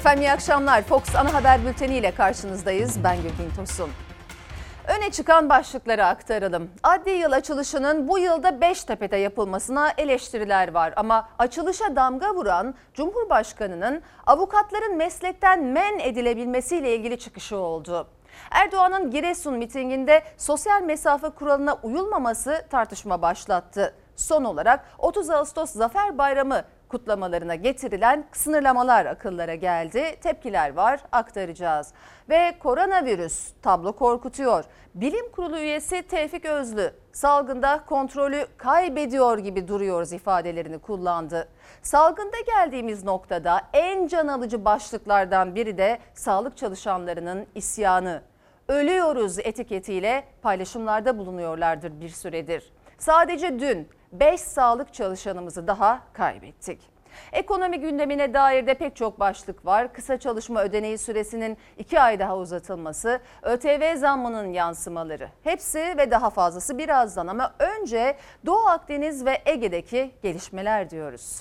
Efendim iyi akşamlar. Fox Ana Haber Bülteni ile karşınızdayız. Ben Gülbin Tosun. Öne çıkan başlıkları aktaralım. Adli yıl açılışının bu yılda Beştepe'de yapılmasına eleştiriler var. Ama açılışa damga vuran Cumhurbaşkanı'nın avukatların meslekten men edilebilmesiyle ilgili çıkışı oldu. Erdoğan'ın Giresun mitinginde sosyal mesafe kuralına uyulmaması tartışma başlattı. Son olarak 30 Ağustos Zafer Bayramı kutlamalarına getirilen sınırlamalar akıllara geldi. Tepkiler var, aktaracağız. Ve koronavirüs tablo korkutuyor. Bilim Kurulu üyesi Tevfik Özlü salgında kontrolü kaybediyor gibi duruyoruz ifadelerini kullandı. Salgında geldiğimiz noktada en can alıcı başlıklardan biri de sağlık çalışanlarının isyanı. Ölüyoruz etiketiyle paylaşımlarda bulunuyorlardır bir süredir. Sadece dün 5 sağlık çalışanımızı daha kaybettik. Ekonomi gündemine dair de pek çok başlık var. Kısa çalışma ödeneği süresinin 2 ay daha uzatılması, ÖTV zammının yansımaları. Hepsi ve daha fazlası birazdan ama önce Doğu Akdeniz ve Ege'deki gelişmeler diyoruz.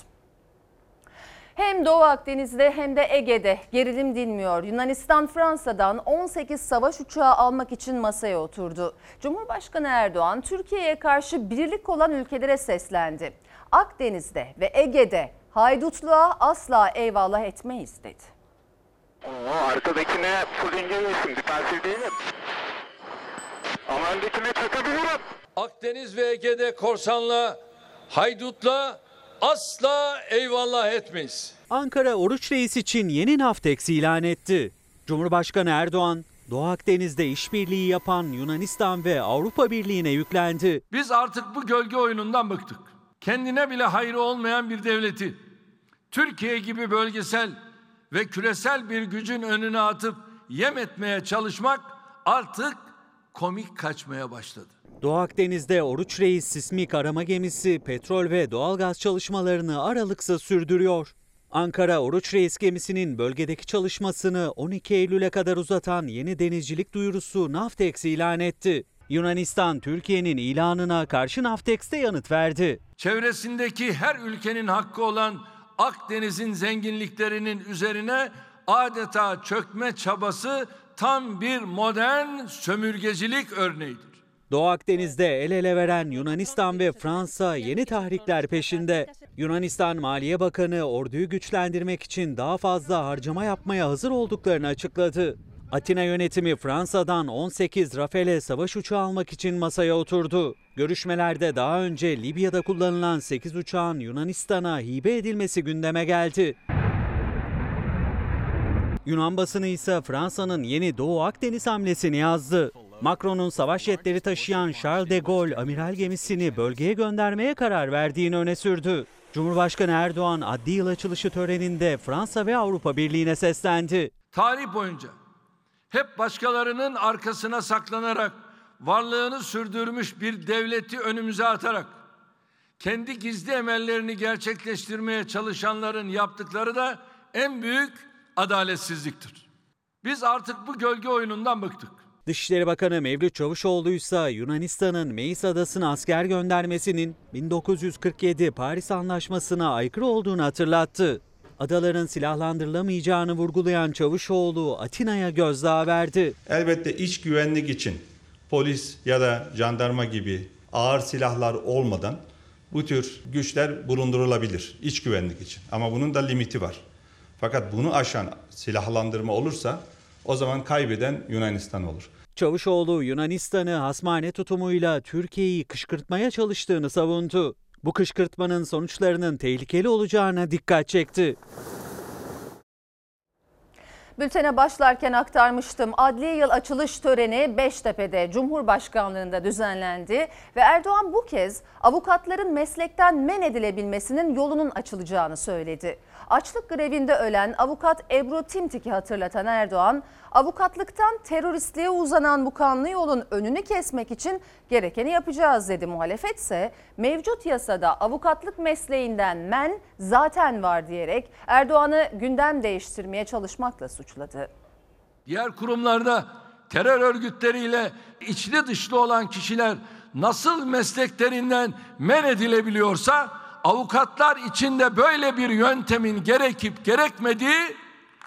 Hem Doğu Akdeniz'de hem de Ege'de gerilim dinmiyor. Yunanistan Fransa'dan 18 savaş uçağı almak için masaya oturdu. Cumhurbaşkanı Erdoğan Türkiye'ye karşı birlik olan ülkelere seslendi. Akdeniz'de ve Ege'de haydutluğa asla eyvallah etmeyiz dedi. Arkadakine fırınca yesin, defansif değilim. Ama öndekine çakabilirim. Akdeniz ve Ege'de korsanla, haydutla asla eyvallah etmeyiz. Ankara Oruç Reis için yeni NAVTEX ilan etti. Cumhurbaşkanı Erdoğan, Doğu Akdeniz'de işbirliği yapan Yunanistan ve Avrupa Birliği'ne yüklendi. Biz artık bu gölge oyunundan bıktık. Kendine bile hayrı olmayan bir devleti, Türkiye gibi bölgesel ve küresel bir gücün önüne atıp yem etmeye çalışmak artık komik kaçmaya başladı. Doğu Akdeniz'de Oruç Reis sismik arama gemisi petrol ve doğalgaz çalışmalarını aralıksız sürdürüyor. Ankara Oruç Reis gemisinin bölgedeki çalışmasını 12 Eylül'e kadar uzatan yeni denizcilik duyurusu NAVTEX ilan etti. Yunanistan Türkiye'nin ilanına karşı NAVTEX'te yanıt verdi. Çevresindeki her ülkenin hakkı olan Akdeniz'in zenginliklerinin üzerine adeta çökme çabası tam bir modern sömürgecilik örneğidir. Doğu Akdeniz'de el ele veren Yunanistan ve Fransa yeni tahrikler peşinde. Yunanistan Maliye Bakanı orduyu güçlendirmek için daha fazla harcama yapmaya hazır olduklarını açıkladı. Atina yönetimi Fransa'dan 18 Rafale savaş uçağı almak için masaya oturdu. Görüşmelerde daha önce Libya'da kullanılan 8 uçağın Yunanistan'a hibe edilmesi gündeme geldi. Yunan basını ise Fransa'nın yeni Doğu Akdeniz hamlesini yazdı. Macron'un savaş jetleri taşıyan Charles de Gaulle amiral gemisini bölgeye göndermeye karar verdiğini öne sürdü. Cumhurbaşkanı Erdoğan adli yıl açılışı töreninde Fransa ve Avrupa Birliği'ne seslendi. Tarih boyunca hep başkalarının arkasına saklanarak varlığını sürdürmüş bir devleti önümüze atarak kendi gizli emellerini gerçekleştirmeye çalışanların yaptıkları da en büyük adaletsizliktir. Biz artık bu gölge oyunundan bıktık. Dışişleri Bakanı Mevlüt Çavuşoğlu ise Yunanistan'ın Meis Adası'na asker göndermesinin 1947 Paris Anlaşması'na aykırı olduğunu hatırlattı. Adaların silahlandırılamayacağını vurgulayan Çavuşoğlu Atina'ya gözdağı verdi. Elbette iç güvenlik için polis ya da jandarma gibi ağır silahlar olmadan bu tür güçler bulundurulabilir iç güvenlik için. Ama bunun da limiti var. Fakat bunu aşan silahlandırma olursa o zaman kaybeden Yunanistan olur. Çavuşoğlu Yunanistan'ı hasmane tutumuyla Türkiye'yi kışkırtmaya çalıştığını savundu. Bu kışkırtmanın sonuçlarının tehlikeli olacağına dikkat çekti. Bültene başlarken aktarmıştım. Adli yıl açılış töreni Beştepe'de Cumhurbaşkanlığında düzenlendi ve Erdoğan bu kez avukatların meslekten men edilebilmesinin yolunun açılacağını söyledi. Açlık grevinde ölen avukat Ebru Timtik'i hatırlatan Erdoğan, avukatlıktan teröristliğe uzanan bu kanlı yolun önünü kesmek için gerekeni yapacağız dedi. Muhalefetse mevcut yasada avukatlık mesleğinden men zaten var diyerek Erdoğan'ı gündem değiştirmeye çalışmakla suçladı. Diğer kurumlarda terör örgütleriyle içli dışlı olan kişiler nasıl mesleklerinden men edilebiliyorsa avukatlar için de böyle bir yöntemin gerekip gerekmediği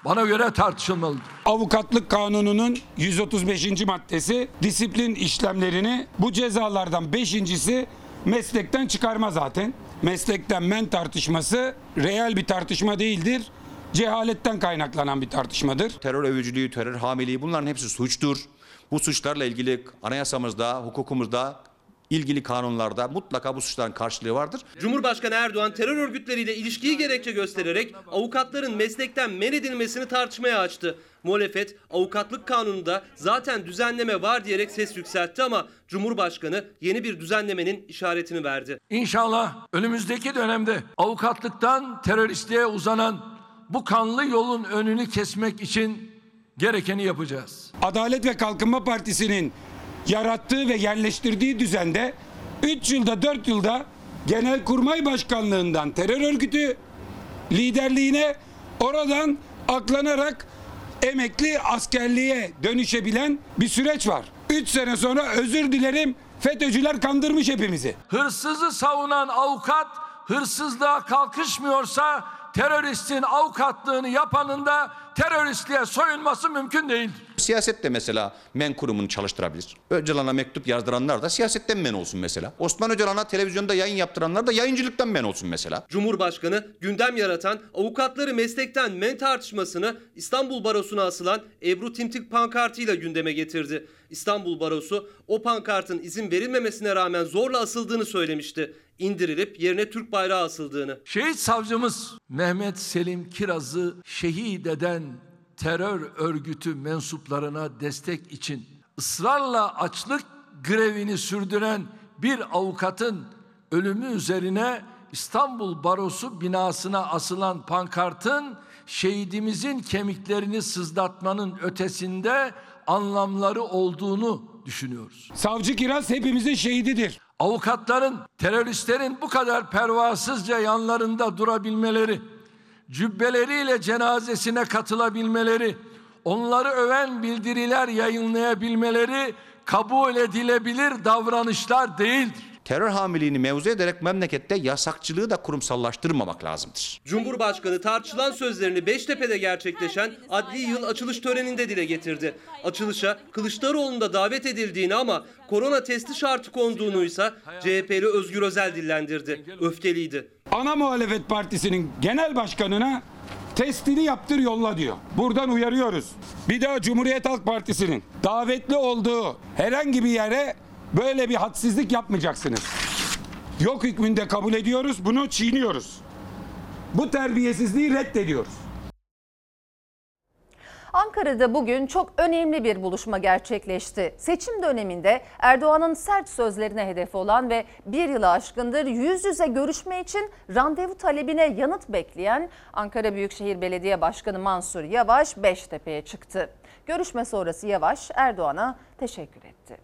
bana göre tartışılmalıdır. Avukatlık Kanunu'nun 135. maddesi disiplin işlemlerini, bu cezalardan 5.'si meslekten çıkarma zaten. Meslekten men tartışması reel bir tartışma değildir. Cehaletten kaynaklanan bir tartışmadır. Terör övücülüğü, terör hamiliği, bunların hepsi suçtur. Bu suçlarla ilgili anayasamızda, hukukumuzda, ilgili kanunlarda mutlaka bu suçların karşılığı vardır. Cumhurbaşkanı Erdoğan terör örgütleriyle ilişkiyi gerekçe göstererek avukatların meslekten men edilmesini tartışmaya açtı. Muhalefet avukatlık kanununda zaten düzenleme var diyerek ses yükseltti ama Cumhurbaşkanı yeni bir düzenlemenin işaretini verdi. İnşallah önümüzdeki dönemde avukatlıktan teröristliğe uzanan bu kanlı yolun önünü kesmek için gerekeni yapacağız. Adalet ve Kalkınma Partisi'nin yarattığı ve yerleştirdiği düzende 3 yılda 4 yılda Genelkurmay Başkanlığından terör örgütü liderliğine, oradan aklanarak emekli askerliğe dönüşebilen bir süreç var. 3 sene sonra özür dilerim, FETÖ'cüler kandırmış hepimizi. Hırsızı savunan avukat hırsızlığa kalkışmıyorsa teröristin avukatlığını yapanın da teröristliğe soyunması mümkün değildir. Siyasette mesela men kurumunu çalıştırabilir. Öcalan'a mektup yazdıranlar da siyasetten men olsun mesela. Osman Öcalan'a televizyonda yayın yaptıranlar da yayıncılıktan men olsun mesela. Cumhurbaşkanı gündem yaratan avukatları meslekten men tartışmasını İstanbul Barosu'na asılan Ebru Timtik pankartıyla gündeme getirdi. İstanbul Barosu o pankartın izin verilmemesine rağmen zorla asıldığını söylemişti. İndirilip yerine Türk bayrağı asıldığını. Şehit savcımız Mehmet Selim Kiraz'ı şehit eden terör örgütü mensuplarına destek için ısrarla açlık grevini sürdüren bir avukatın ölümü üzerine İstanbul Barosu binasına asılan pankartın şehidimizin kemiklerini sızlatmanın ötesinde anlamları olduğunu düşünüyoruz. Savcı Kiraz hepimizin şehididir. Avukatların teröristlerin bu kadar pervasızca yanlarında durabilmeleri, cübbeleriyle cenazesine katılabilmeleri, onları öven bildiriler yayınlayabilmeleri kabul edilebilir davranışlar değildir. Terör hamiliğini mevzu ederek memlekette yasakçılığı da kurumsallaştırmamak lazımdır. Cumhurbaşkanı tartışılan sözlerini Beştepe'de gerçekleşen adli yıl açılış töreninde dile getirdi. Açılışa Kılıçdaroğlu'nun da davet edildiğini ama korona testi şartı konduğunu ise CHP'li Özgür Özel dillendirdi. Öfkeliydi. Ana muhalefet partisinin genel başkanına testini yaptır yolla diyor. Buradan uyarıyoruz. Bir daha Cumhuriyet Halk Partisi'nin davetli olduğu herhangi bir yere böyle bir hadsizlik yapmayacaksınız. Yok hükmünde kabul ediyoruz, bunu çiğniyoruz. Bu terbiyesizliği reddediyoruz. Ankara'da bugün çok önemli bir buluşma gerçekleşti. Seçim döneminde Erdoğan'ın sert sözlerine hedef olan ve bir yılı aşkındır yüz yüze görüşme için randevu talebine yanıt bekleyen Ankara Büyükşehir Belediye Başkanı Mansur Yavaş Beştepe'ye çıktı. Görüşme sonrası Yavaş Erdoğan'a teşekkür etti.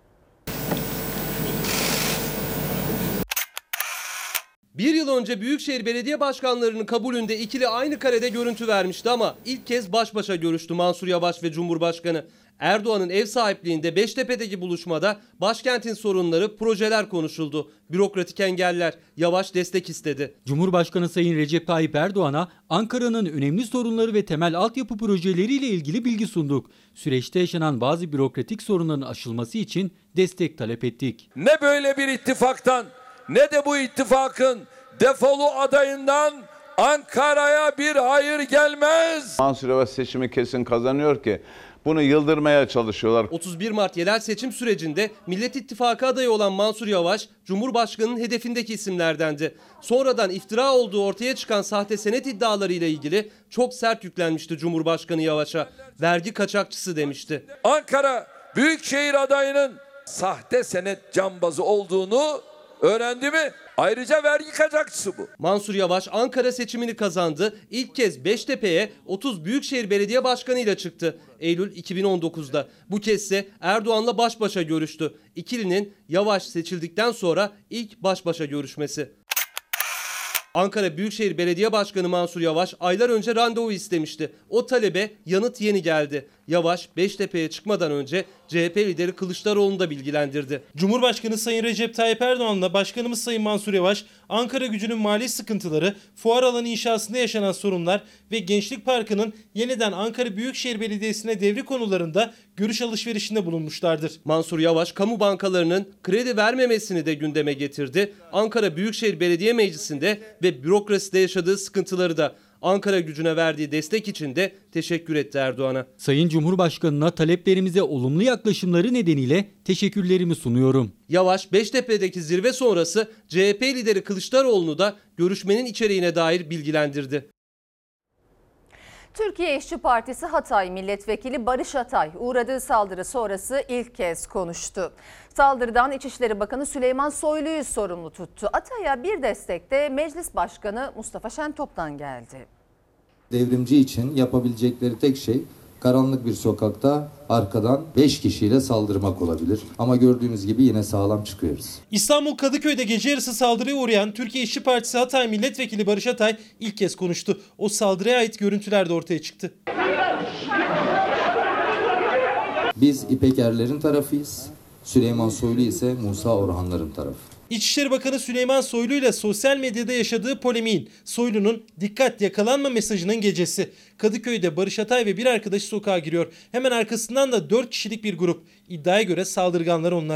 Bir yıl önce Büyükşehir Belediye Başkanlarının kabulünde ikili aynı karede görüntü vermişti ama ilk kez baş başa görüştü Mansur Yavaş ve Cumhurbaşkanı. Erdoğan'ın ev sahipliğinde Beştepe'deki buluşmada başkentin sorunları, projeler konuşuldu. Bürokratik engeller, Yavaş destek istedi. Cumhurbaşkanı Sayın Recep Tayyip Erdoğan'a Ankara'nın önemli sorunları ve temel altyapı projeleriyle ilgili bilgi sunduk. Süreçte yaşanan bazı bürokratik sorunların aşılması için destek talep ettik. Ne böyle bir ittifaktan ne de bu ittifakın defolu adayından Ankara'ya bir hayır gelmez. Mansur Yavaş seçimi kesin kazanıyor ki bunu yıldırmaya çalışıyorlar. 31 Mart yerel seçim sürecinde Millet İttifakı adayı olan Mansur Yavaş, Cumhurbaşkanı'nın hedefindeki isimlerdendi. Sonradan iftira olduğu ortaya çıkan sahte senet iddialarıyla ilgili çok sert yüklenmişti Cumhurbaşkanı Yavaş'a. Vergi kaçakçısı demişti. Ankara Büyükşehir adayının sahte senet cambazı olduğunu öğrendi mi? Ayrıca vergi kaçakçısı bu. Mansur Yavaş Ankara seçimini kazandı. İlk kez Beştepe'ye 30 Büyükşehir Belediye Başkanı ile çıktı. Eylül 2019'da. Bu kezde Erdoğan'la baş başa görüştü. İkilinin Yavaş seçildikten sonra ilk baş başa görüşmesi. Ankara Büyükşehir Belediye Başkanı Mansur Yavaş aylar önce randevu istemişti. O talebe yanıt yeni geldi. Yavaş Beştepe'ye çıkmadan önce CHP lideri Kılıçdaroğlu'nu da bilgilendirdi. Cumhurbaşkanı Sayın Recep Tayyip Erdoğan'la Başkanımız Sayın Mansur Yavaş, Ankara Gücü'nün mali sıkıntıları, fuar alanı inşasında yaşanan sorunlar ve Gençlik Parkı'nın yeniden Ankara Büyükşehir Belediyesi'ne devri konularında görüş alışverişinde bulunmuşlardır. Mansur Yavaş, kamu bankalarının kredi vermemesini de gündeme getirdi. Ankara Büyükşehir Belediye Meclisi'nde ve bürokraside yaşadığı sıkıntıları da Ankara Gücü'ne verdiği destek için de teşekkür etti Erdoğan'a. Sayın Cumhurbaşkanı'na taleplerimize olumlu yaklaşımları nedeniyle teşekkürlerimi sunuyorum. Yavaş, Beştepe'deki zirve sonrası CHP lideri Kılıçdaroğlu'nu da görüşmenin içeriğine dair bilgilendirdi. Türkiye İşçi Partisi Hatay Milletvekili Barış Atay uğradığı saldırı sonrası ilk kez konuştu. Saldırıdan İçişleri Bakanı Süleyman Soylu'yu sorumlu tuttu. Atay'a bir destek de Meclis Başkanı Mustafa Şentop'tan geldi. Devrimci için yapabilecekleri tek şey karanlık bir sokakta arkadan 5 kişiyle saldırmak olabilir. Ama gördüğünüz gibi yine sağlam çıkıyoruz. İstanbul Kadıköy'de gece yarısı saldırıya uğrayan Türkiye İşçi Partisi Hatay Milletvekili Barış Atay ilk kez konuştu. O saldırıya ait görüntüler de ortaya çıktı. Biz İpekerlerin tarafıyız. Süleyman Soylu ise Musa Orhanların tarafı. İçişleri Bakanı Süleyman Soylu ile sosyal medyada yaşadığı polemiğin, Soylu'nun "dikkat yakalanma" mesajının gecesi. Kadıköy'de Barış Atay ve bir arkadaşı sokağa giriyor. Hemen arkasından da 4 kişilik bir grup. İddiaya göre saldırganlar onlar.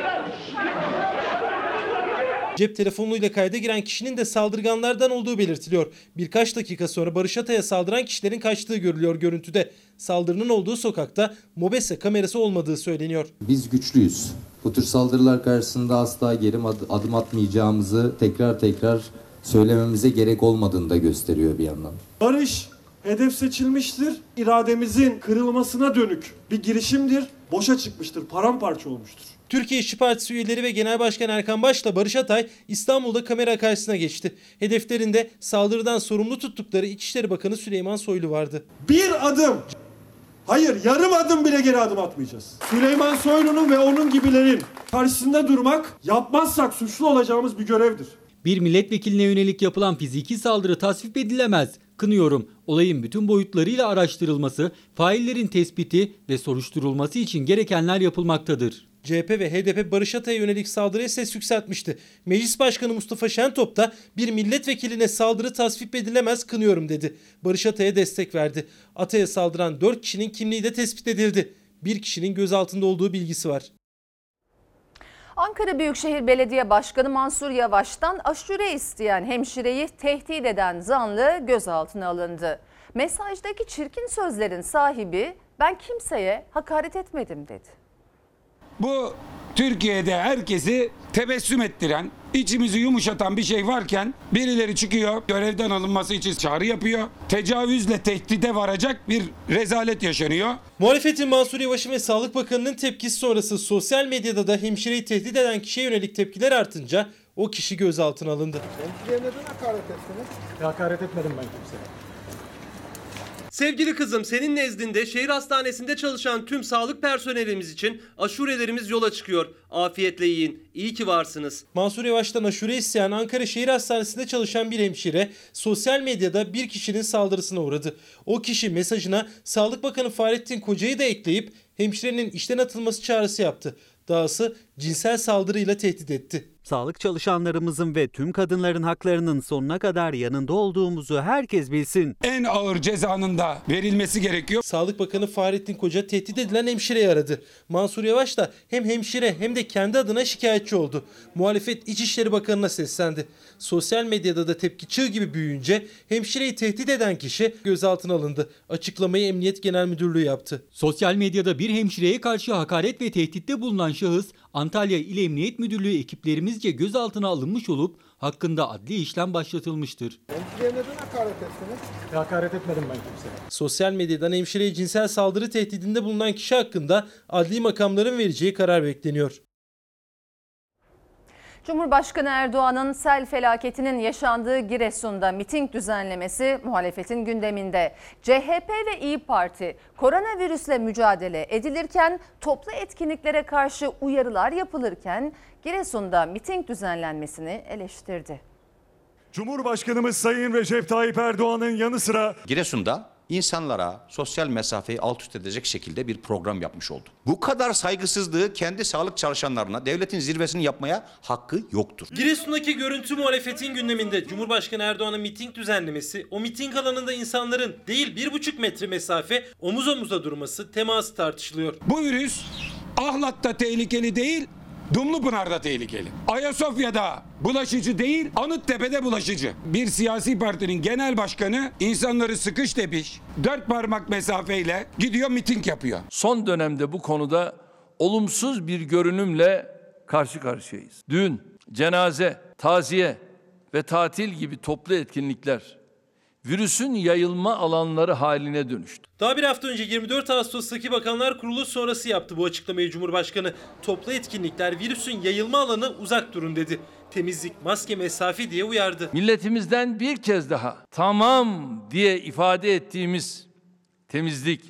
Cep telefonuyla kayda giren kişinin de saldırganlardan olduğu belirtiliyor. Birkaç dakika sonra Barış Atay'a saldıran kişilerin kaçtığı görülüyor görüntüde. Saldırının olduğu sokakta MOBESE kamerası olmadığı söyleniyor. Biz güçlüyüz. Bu tür saldırılar karşısında asla geri adım atmayacağımızı tekrar söylememize gerek olmadığını da gösteriyor bir yandan. Barış hedef seçilmiştir. İrademizin kırılmasına dönük bir girişimdir. Boşa çıkmıştır, paramparça olmuştur. Türkiye İşçi Partisi üyeleri ve Genel Başkan Erkan Baş'la Barış Atay İstanbul'da kamera karşısına geçti. Hedeflerinde saldırıdan sorumlu tuttukları İçişleri Bakanı Süleyman Soylu vardı. Bir adım, hayır yarım adım bile geri adım atmayacağız. Süleyman Soylu'nun ve onun gibilerin karşısında durmak, yapmazsak suçlu olacağımız bir görevdir. Bir milletvekiline yönelik yapılan fiziki saldırı tasvip edilemez. Kınıyorum. Olayın bütün boyutlarıyla araştırılması, faillerin tespiti ve soruşturulması için gerekenler yapılmaktadır. CHP ve HDP Barış Atay'a yönelik saldırıya ses yükseltmişti. Meclis Başkanı Mustafa Şentop da bir milletvekiline saldırı tasvip edilemez, kınıyorum dedi. Barış Atay'a destek verdi. Atay'a saldıran 4 kişinin kimliği de tespit edildi. Bir kişinin gözaltında olduğu bilgisi var. Ankara Büyükşehir Belediye Başkanı Mansur Yavaş'tan aşure isteyen hemşireyi tehdit eden zanlı gözaltına alındı. Mesajdaki çirkin sözlerin sahibi "ben kimseye hakaret etmedim" dedi. Bu Türkiye'de herkesi tebessüm ettiren, içimizi yumuşatan bir şey varken birileri çıkıyor, görevden alınması için çağrı yapıyor. Tecavüzle tehdide varacak bir rezalet yaşanıyor. Muhalefetin Mansur Yavaş'ın ve Sağlık Bakanı'nın tepkisi sonrası sosyal medyada da hemşireyi tehdit eden kişiye yönelik tepkiler artınca o kişi gözaltına alındı. Hemşireye neden hakaret ettiniz? Hakaret etmedim ben kimseye. Sevgili kızım, senin nezdinde şehir hastanesinde çalışan tüm sağlık personelimiz için aşurelerimiz yola çıkıyor. Afiyetle yiyin. İyi ki varsınız. Mansur Yavaş'tan aşure isteyen Ankara Şehir Hastanesi'nde çalışan bir hemşire sosyal medyada bir kişinin saldırısına uğradı. O kişi mesajına Sağlık Bakanı Fahrettin Koca'yı da ekleyip hemşirenin işten atılması çağrısı yaptı. Dahası cinsel saldırıyla tehdit etti. Sağlık çalışanlarımızın ve tüm kadınların haklarının sonuna kadar yanında olduğumuzu herkes bilsin. En ağır cezanın da verilmesi gerekiyor. Sağlık Bakanı Fahrettin Koca tehdit edilen hemşireyi aradı. Mansur Yavaş da hem hemşire hem de kendi adına şikayetçi oldu. Muhalefet İçişleri Bakanı'na seslendi. Sosyal medyada da tepki çığ gibi büyüyünce hemşireyi tehdit eden kişi gözaltına alındı. Açıklamayı Emniyet Genel Müdürlüğü yaptı. Sosyal medyada bir hemşireye karşı hakaret ve tehditte bulunan şahıs Antalya İl Emniyet Müdürlüğü ekiplerimizce gözaltına alınmış olup hakkında adli işlem başlatılmıştır. Hemşireye neden hakaret ettiniz? Hakaret etmedim ben kimseye. Sosyal medyadan hemşireye cinsel saldırı tehdidinde bulunan kişi hakkında adli makamların vereceği karar bekleniyor. Cumhurbaşkanı Erdoğan'ın sel felaketinin yaşandığı Giresun'da miting düzenlemesi muhalefetin gündeminde. CHP ve İYİ Parti koronavirüsle mücadele edilirken, toplu etkinliklere karşı uyarılar yapılırken Giresun'da miting düzenlenmesini eleştirdi. Cumhurbaşkanımız Sayın Recep Tayyip Erdoğan'ın yanı sıra Giresun'da insanlara sosyal mesafeyi alt üst edecek şekilde bir program yapmış oldu. Bu kadar saygısızlığı kendi sağlık çalışanlarına devletin zirvesini yapmaya hakkı yoktur. Giresun'daki görüntü muhalefetin gündeminde. Cumhurbaşkanı Erdoğan'ın miting düzenlemesi, o miting alanında insanların değil 1,5 metre mesafe omuz omuza durması, teması tartışılıyor. Bu virüs Ahlat'ta tehlikeli değil, Dumlupınar'da tehlikeli. Ayasofya'da bulaşıcı değil, Anıttepe'de bulaşıcı. Bir siyasi partinin genel başkanı insanları sıkış tepiş, 4 parmak mesafeyle gidiyor miting yapıyor. Son dönemde bu konuda olumsuz bir görünümle karşı karşıyayız. Düğün, cenaze, taziye ve tatil gibi toplu etkinlikler virüsün yayılma alanları haline dönüştü. Daha bir hafta önce 24 Ağustos'taki Bakanlar Kurulu sonrası yaptı bu açıklamayı Cumhurbaşkanı. Toplu etkinlikler virüsün yayılma alanı, uzak durun dedi. Temizlik, maske, mesafe diye uyardı. Milletimizden bir kez daha tamam diye ifade ettiğimiz temizlik,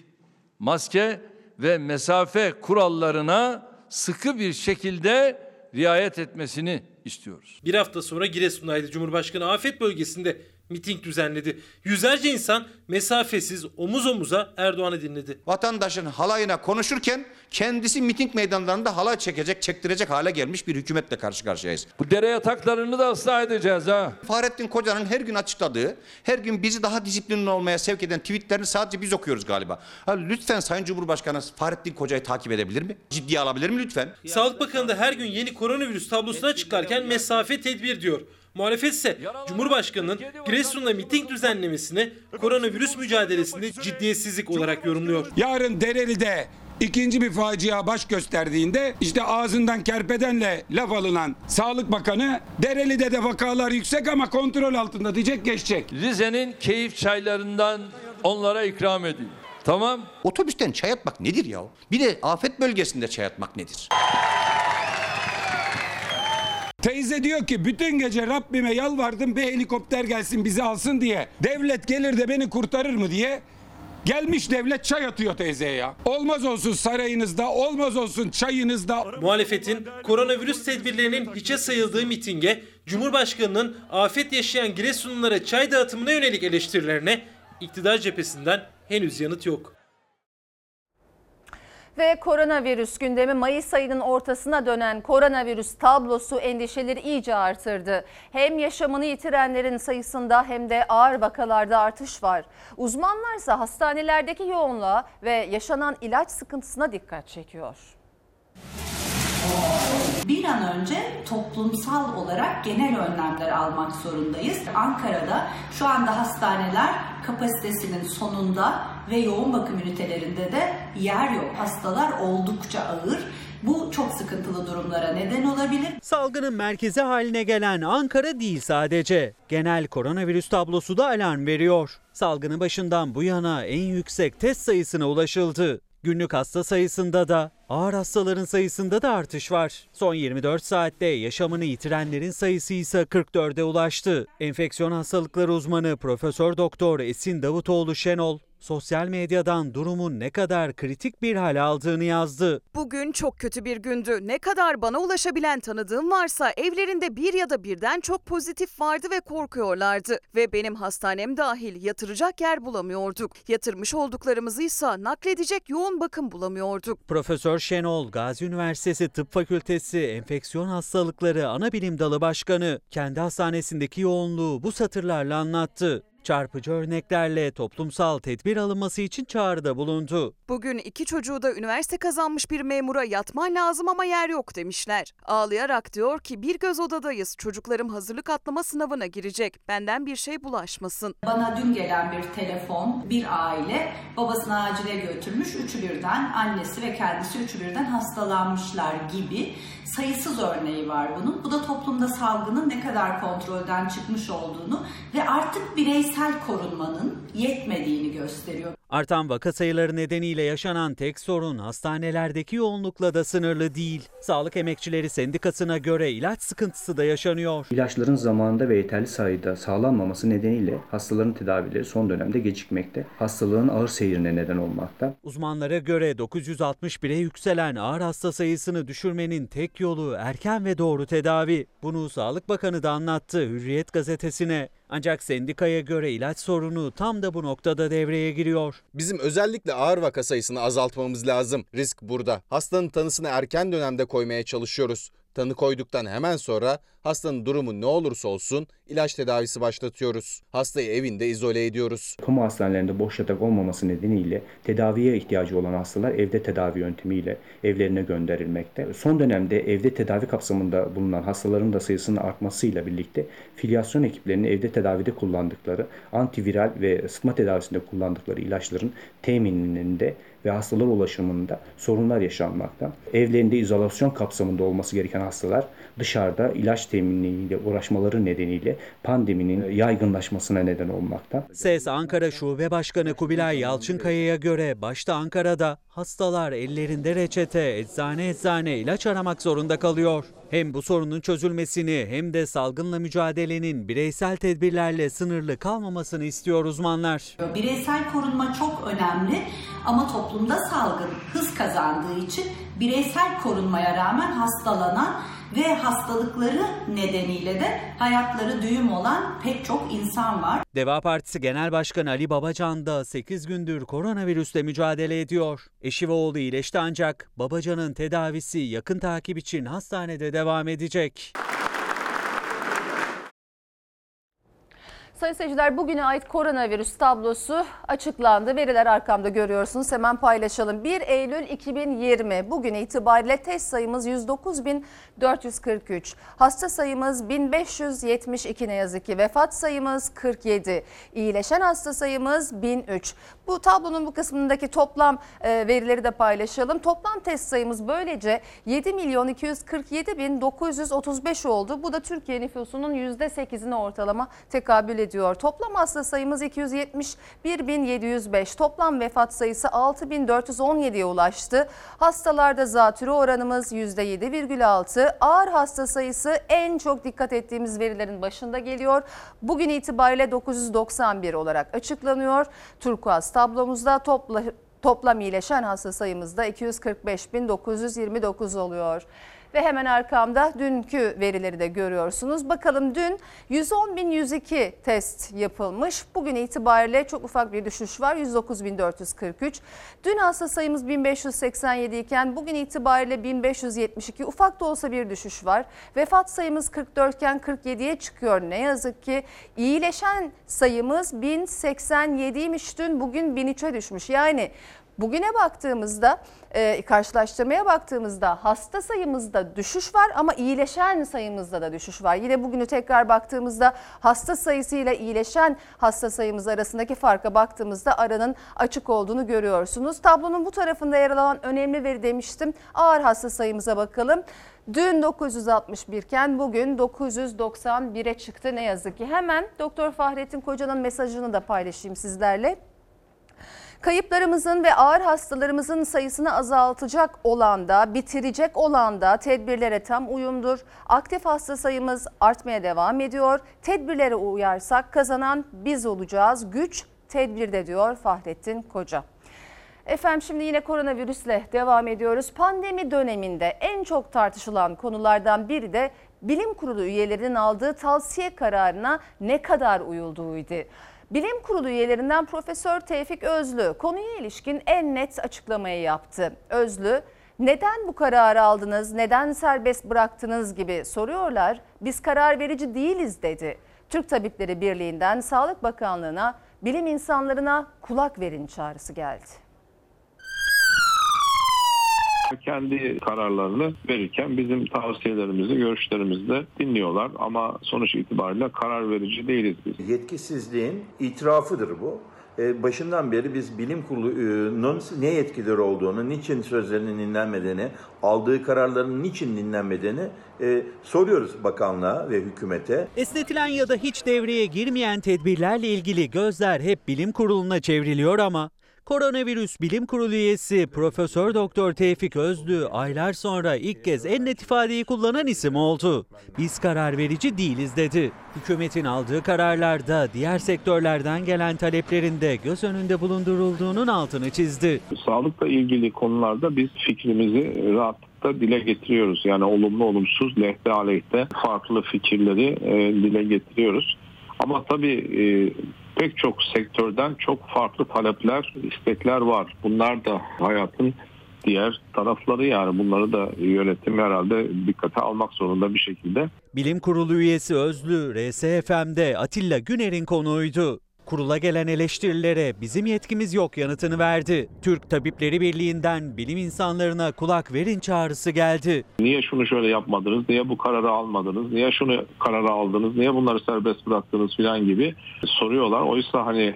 maske ve mesafe kurallarına sıkı bir şekilde riayet etmesini istiyoruz. Bir hafta sonra Giresun'daydı Cumhurbaşkanı, afet bölgesinde miting düzenledi. Yüzlerce insan mesafesiz omuz omuza Erdoğan'ı dinledi. Vatandaşın halayına konuşurken kendisi miting meydanlarında halay çektirecek hale gelmiş bir hükümetle karşı karşıyayız. Bu dere yataklarını da ıslah edeceğiz ha. Fahrettin Koca'nın her gün açıkladığı, her gün bizi daha disiplinli olmaya sevk eden tweetlerini sadece biz okuyoruz galiba. Lütfen Sayın Cumhurbaşkanı Fahrettin Koca'yı takip edebilir mi? Ciddiye alabilir mi lütfen? Sağlık Bakanı da her gün yeni koronavirüs tablosunu açıklarken mesafe, tedbir diyor. Muhalefet ise Cumhurbaşkanı'nın Giresun'da miting düzenlemesini koronavirüs mücadelesinde ciddiyetsizlik olarak yorumluyor. Yarın Dereli'de ikinci bir facia baş gösterdiğinde işte ağzından kerpedenle laf alınan Sağlık Bakanı Dereli'de de vakalar yüksek ama kontrol altında diyecek, geçecek. Rize'nin keyif çaylarından onlara ikram edin. Tamam. Otobüsten çay atmak nedir ya? Bir de afet bölgesinde çay atmak nedir? Teyze diyor ki bütün gece Rabbime yalvardım bir helikopter gelsin bizi alsın diye. Devlet gelir de beni kurtarır mı diye. Gelmiş devlet çay atıyor teyzeye ya. Olmaz olsun sarayınızda, olmaz olsun çayınızda. Muhalefetin koronavirüs tedbirlerinin hiçe sayıldığı mitinge, Cumhurbaşkanı'nın afet yaşayan Giresunlulara çay dağıtımına yönelik eleştirilerine iktidar cephesinden henüz yanıt yok. Ve koronavirüs gündemi, Mayıs ayının ortasına dönen koronavirüs tablosu endişeleri iyice artırdı. Hem yaşamını yitirenlerin sayısında hem de ağır vakalarda artış var. Uzmanlarsa hastanelerdeki yoğunluğa ve yaşanan ilaç sıkıntısına dikkat çekiyor. Bir an önce toplumsal olarak genel önlemler almak zorundayız. Ankara'da şu anda hastaneler kapasitesinin sonunda ve yoğun bakım ünitelerinde de yer yok. Hastalar oldukça ağır. Bu çok sıkıntılı durumlara neden olabilir. Salgının merkezi haline gelen Ankara değil sadece. Genel koronavirüs tablosu da alarm veriyor. Salgının başından bu yana en yüksek test sayısına ulaşıldı. Günlük hasta sayısında da, ağır hastaların sayısında da artış var. Son 24 saatte yaşamını yitirenlerin sayısı ise 44'e ulaştı. Enfeksiyon hastalıkları uzmanı Profesör Doktor Esin Davutoğlu Şenol, sosyal medyadan durumun ne kadar kritik bir hal aldığını yazdı. Bugün çok kötü bir gündü. Ne kadar bana ulaşabilen tanıdığım varsa evlerinde bir ya da birden çok pozitif vardı ve korkuyorlardı. Ve benim hastanem dahil yatıracak yer bulamıyorduk. Yatırmış olduklarımızı ise nakledecek yoğun bakım bulamıyorduk. Profesör Şenol, Gazi Üniversitesi Tıp Fakültesi Enfeksiyon Hastalıkları Anabilim Dalı Başkanı kendi hastanesindeki yoğunluğu bu satırlarla anlattı. Çarpıcı örneklerle toplumsal tedbir alınması için çağrıda bulundu. Bugün 2 çocuğu da üniversite kazanmış bir memura yatman lazım ama yer yok demişler. Ağlayarak diyor ki bir göz odadayız. Çocuklarım hazırlık atlama sınavına girecek. Benden bir şey bulaşmasın. Bana dün gelen bir telefon, bir aile babasını acile götürmüş. Üçü birden, annesi ve kendisi üçü birden hastalanmışlar gibi sayısız örneği var bunun. Bu da toplumda salgının ne kadar kontrolden çıkmış olduğunu ve artık bireysel korunmanın yetmediğini gösteriyor. Artan vaka sayıları nedeniyle yaşanan tek sorun hastanelerdeki yoğunlukla da sınırlı değil. Sağlık Emekçileri Sendikası'na göre ilaç sıkıntısı da yaşanıyor. İlaçların zamanında ve yeterli sayıda sağlanmaması nedeniyle hastaların tedavileri son dönemde gecikmekte. Hastalığın ağır seyrine neden olmakta. Uzmanlara göre 961'e yükselen ağır hasta sayısını düşürmenin tek yolu erken ve doğru tedavi. Bunu Sağlık Bakanı da anlattı Hürriyet gazetesine. Ancak sendikaya göre ilaç sorunu tam da bu noktada devreye giriyor. Bizim özellikle ağır vaka sayısını azaltmamız lazım. Risk burada. Hastanın tanısını erken dönemde koymaya çalışıyoruz. Tanı koyduktan hemen sonra hastanın durumu ne olursa olsun ilaç tedavisi başlatıyoruz. Hastayı evinde izole ediyoruz. Kamu hastanelerinde boş yatak olmaması nedeniyle tedaviye ihtiyacı olan hastalar evde tedavi yöntemiyle evlerine gönderilmekte. Son dönemde evde tedavi kapsamında bulunan hastaların da sayısının artmasıyla birlikte filyasyon ekiplerinin evde tedavide kullandıkları, antiviral ve sıtma tedavisinde kullandıkları ilaçların temininde ve hastalara ulaşımında sorunlar yaşanmakta. Evlerinde izolasyon kapsamında olması gereken hastalar dışarıda ilaç teminiyle uğraşmaları nedeniyle pandeminin yaygınlaşmasına neden olmakta. SES Ankara Şube Başkanı Kubilay Yalçınkaya'ya göre başta Ankara'da hastalar ellerinde reçete, eczane ilaç aramak zorunda kalıyor. Hem bu sorunun çözülmesini hem de salgınla mücadelenin bireysel tedbirlerle sınırlı kalmamasını istiyor uzmanlar. Bireysel korunma çok önemli ama toplumda salgın hız kazandığı için bireysel korunmaya rağmen hastalanan ve hastalıkları nedeniyle de hayatları düğüm olan pek çok insan var. Deva Partisi Genel Başkanı Ali Babacan da 8 gündür koronavirüsle mücadele ediyor. Eşi ve oğlu iyileşti ancak Babacan'ın tedavisi yakın takip için hastanede devam edecek. Sayın seyirciler, bugüne ait koronavirüs tablosu açıklandı. Veriler arkamda görüyorsunuz. Hemen paylaşalım. 1 Eylül 2020 bugün itibariyle test sayımız 109.443. Hasta sayımız 1572 ne yazık ki. Vefat sayımız 47. İyileşen hasta sayımız 1003. Bu tablonun bu kısmındaki toplam verileri de paylaşalım. Toplam test sayımız böylece 7.247.935 oldu. Bu da Türkiye nüfusunun %8'ine ortalama tekabül ediyor. Toplam hasta sayımız 271.705. Toplam vefat sayısı 6.417'ye ulaştı. Hastalarda zatürre oranımız %7,6. Ağır hasta sayısı en çok dikkat ettiğimiz verilerin başında geliyor. Bugün itibariyle 991 olarak açıklanıyor. Turkuaz tablomuzda toplam iyileşen hasta sayımız da 245.929 oluyor. Ve hemen arkamda dünkü verileri de görüyorsunuz. Bakalım dün 110.102 test yapılmış. Bugün itibariyle çok ufak bir düşüş var. 109.443. Dün hasta sayımız 1587 iken bugün itibariyle 1572. Ufak da olsa bir düşüş var. Vefat sayımız 44 iken 47'ye çıkıyor. Ne yazık ki iyileşen sayımız 1087'ymiş dün, bugün 1003'e düşmüş. Yani bugüne baktığımızda, karşılaştırmaya baktığımızda hasta sayımızda düşüş var ama iyileşen sayımızda da düşüş var. Yine bugünü tekrar baktığımızda hasta sayısıyla iyileşen hasta sayımız arasındaki farka baktığımızda aranın açık olduğunu görüyorsunuz. Tablonun bu tarafında yer alan önemli veri demiştim. Ağır hasta sayımıza bakalım. Dün 961 iken bugün 991'e çıktı ne yazık ki. Hemen Doktor Fahrettin Koca'nın mesajını da paylaşayım sizlerle. Kayıplarımızın ve ağır hastalarımızın sayısını azaltacak olan da, bitirecek olan da tedbirlere tam uyumdur. Aktif hasta sayımız artmaya devam ediyor. Tedbirlere uyarsak kazanan biz olacağız. Güç tedbirde diyor Fahrettin Koca. Efendim şimdi yine koronavirüsle devam ediyoruz. Pandemi döneminde en çok tartışılan konulardan biri de Bilim Kurulu üyelerinin aldığı tavsiye kararına ne kadar uyulduğuydu. Bilim Kurulu üyelerinden Profesör Tevfik Özlü konuya ilişkin en net açıklamayı yaptı. Özlü, neden bu kararı aldınız, neden serbest bıraktınız gibi soruyorlar. Biz karar verici değiliz dedi. Türk Tabipleri Birliği'nden Sağlık Bakanlığı'na bilim insanlarına kulak verin çağrısı geldi. Kendi kararlarını verirken bizim tavsiyelerimizi, görüşlerimizi de dinliyorlar ama sonuç itibariyle karar verici değiliz biz. Yetkisizliğin itirafıdır bu. Başından beri biz bilim kurulunun ne yetkileri olduğunu, niçin sözlerinin dinlenmediğini, aldığı kararların niçin dinlenmediğini soruyoruz bakanlığa ve hükümete. Esnetilen ya da hiç devreye girmeyen tedbirlerle ilgili gözler hep bilim kuruluna çevriliyor ama Koronavirüs Bilim Kurulu üyesi Profesör Doktor Tevfik Özlü aylar sonra ilk kez en net ifadeyi kullanan isim oldu. Biz karar verici değiliz dedi. Hükümetin aldığı kararlarda diğer sektörlerden gelen taleplerin de göz önünde bulundurulduğunun altını çizdi. Sağlıkla ilgili konularda biz fikrimizi rahatlıkla dile getiriyoruz. Yani olumlu olumsuz, lehte aleyhte farklı fikirleri dile getiriyoruz. Ama tabii pek çok sektörden çok farklı talepler, istekler var. Bunlar da hayatın diğer tarafları, yani bunları da yönetim herhalde dikkate almak zorunda bir şekilde. Bilim Kurulu üyesi Özlü, RSFM'de Atilla Güner'in konuğuydu. Kurula gelen eleştirilere bizim yetkimiz yok yanıtını verdi. Türk Tabipleri Birliği'nden bilim insanlarına kulak verin çağrısı geldi. Niye şunu şöyle yapmadınız, niye bu kararı almadınız, niye şunu kararı aldınız, niye bunları serbest bıraktınız filan gibi soruyorlar. Oysa hani